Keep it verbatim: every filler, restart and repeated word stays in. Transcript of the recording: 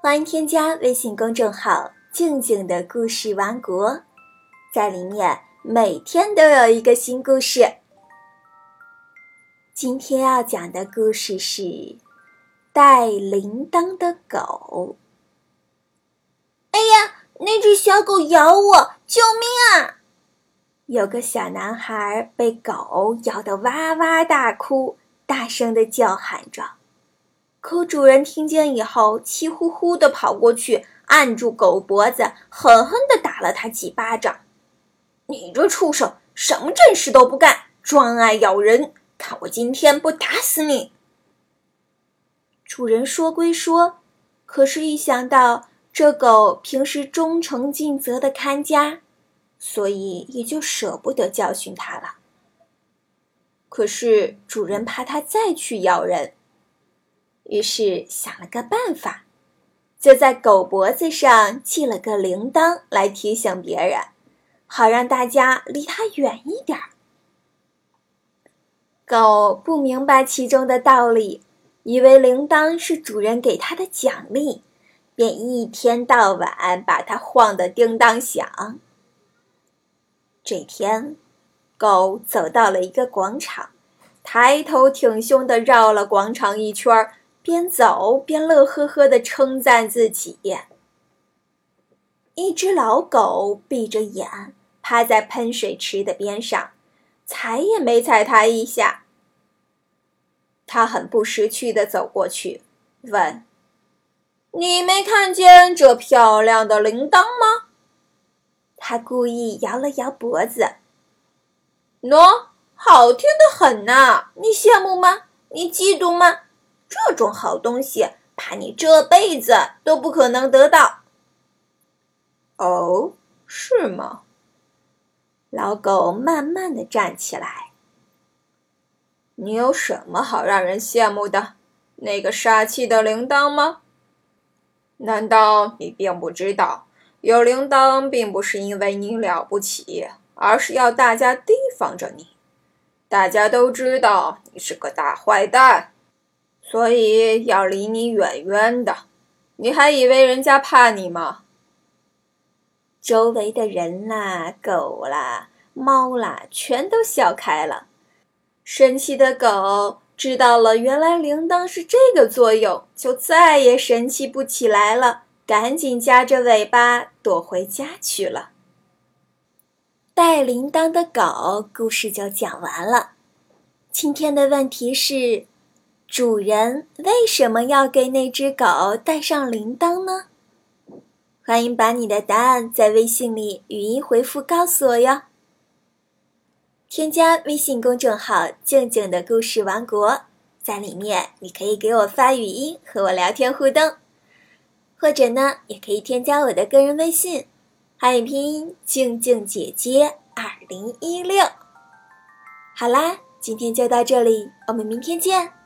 欢迎添加微信公众号静静的故事王国，在里面每天都有一个新故事。今天要讲的故事是带铃铛的狗。 哎呀，那只小狗咬我，救命啊！ 有个小男孩被狗咬得哇哇大哭，大声地叫喊着。可主人听见以后，气呼呼地跑过去，按住狗脖子，狠狠地打了他几巴掌。你这畜生，什么正事都不干，专爱咬人，看我今天不打死你！主人说归说，可是一想到这狗平时忠诚尽责的看家，所以也就舍不得教训它了。可是主人怕它再去咬人，于是想了个办法，就在狗脖子上系了个铃铛来提醒别人，好让大家离它远一点。狗不明白其中的道理，以为铃铛是主人给它的奖励，便一天到晚把它晃得叮当响。这天，狗走到了一个广场，抬头挺胸地绕了广场一圈，边走边乐呵呵地称赞自己。一只老狗闭着眼趴在喷水池的边上，踩也没踩它一下。他很不识趣地走过去，问：你没看见这漂亮的铃铛吗？他故意摇了摇脖子。喏，好听得很呐，你羡慕吗？你嫉妒吗？这种好东西，怕你这辈子都不可能得到。哦，是吗？老狗慢慢地站起来。你有什么好让人羡慕的？那个杀气的铃铛吗？难道你并不知道，有铃铛并不是因为你了不起，而是要大家提防着你。大家都知道你是个大坏蛋，所以要离你远远的。你还以为人家怕你吗？周围的人啦、狗啦、猫啦，全都笑开了。生气的狗知道了原来铃铛是这个作用，就再也神气不起来了，赶紧夹着尾巴躲回家去了。带铃铛的狗故事就讲完了。今天的问题是，主人为什么要给那只狗带上铃铛呢？欢迎把你的答案在微信里语音回复告诉我哟。添加微信公众号静静的故事王国，在里面你可以给我发语音和我聊天互动，或者呢也可以添加我的个人微信，汉语拼音静静姐姐二零一六。好啦，今天就到这里，我们明天见。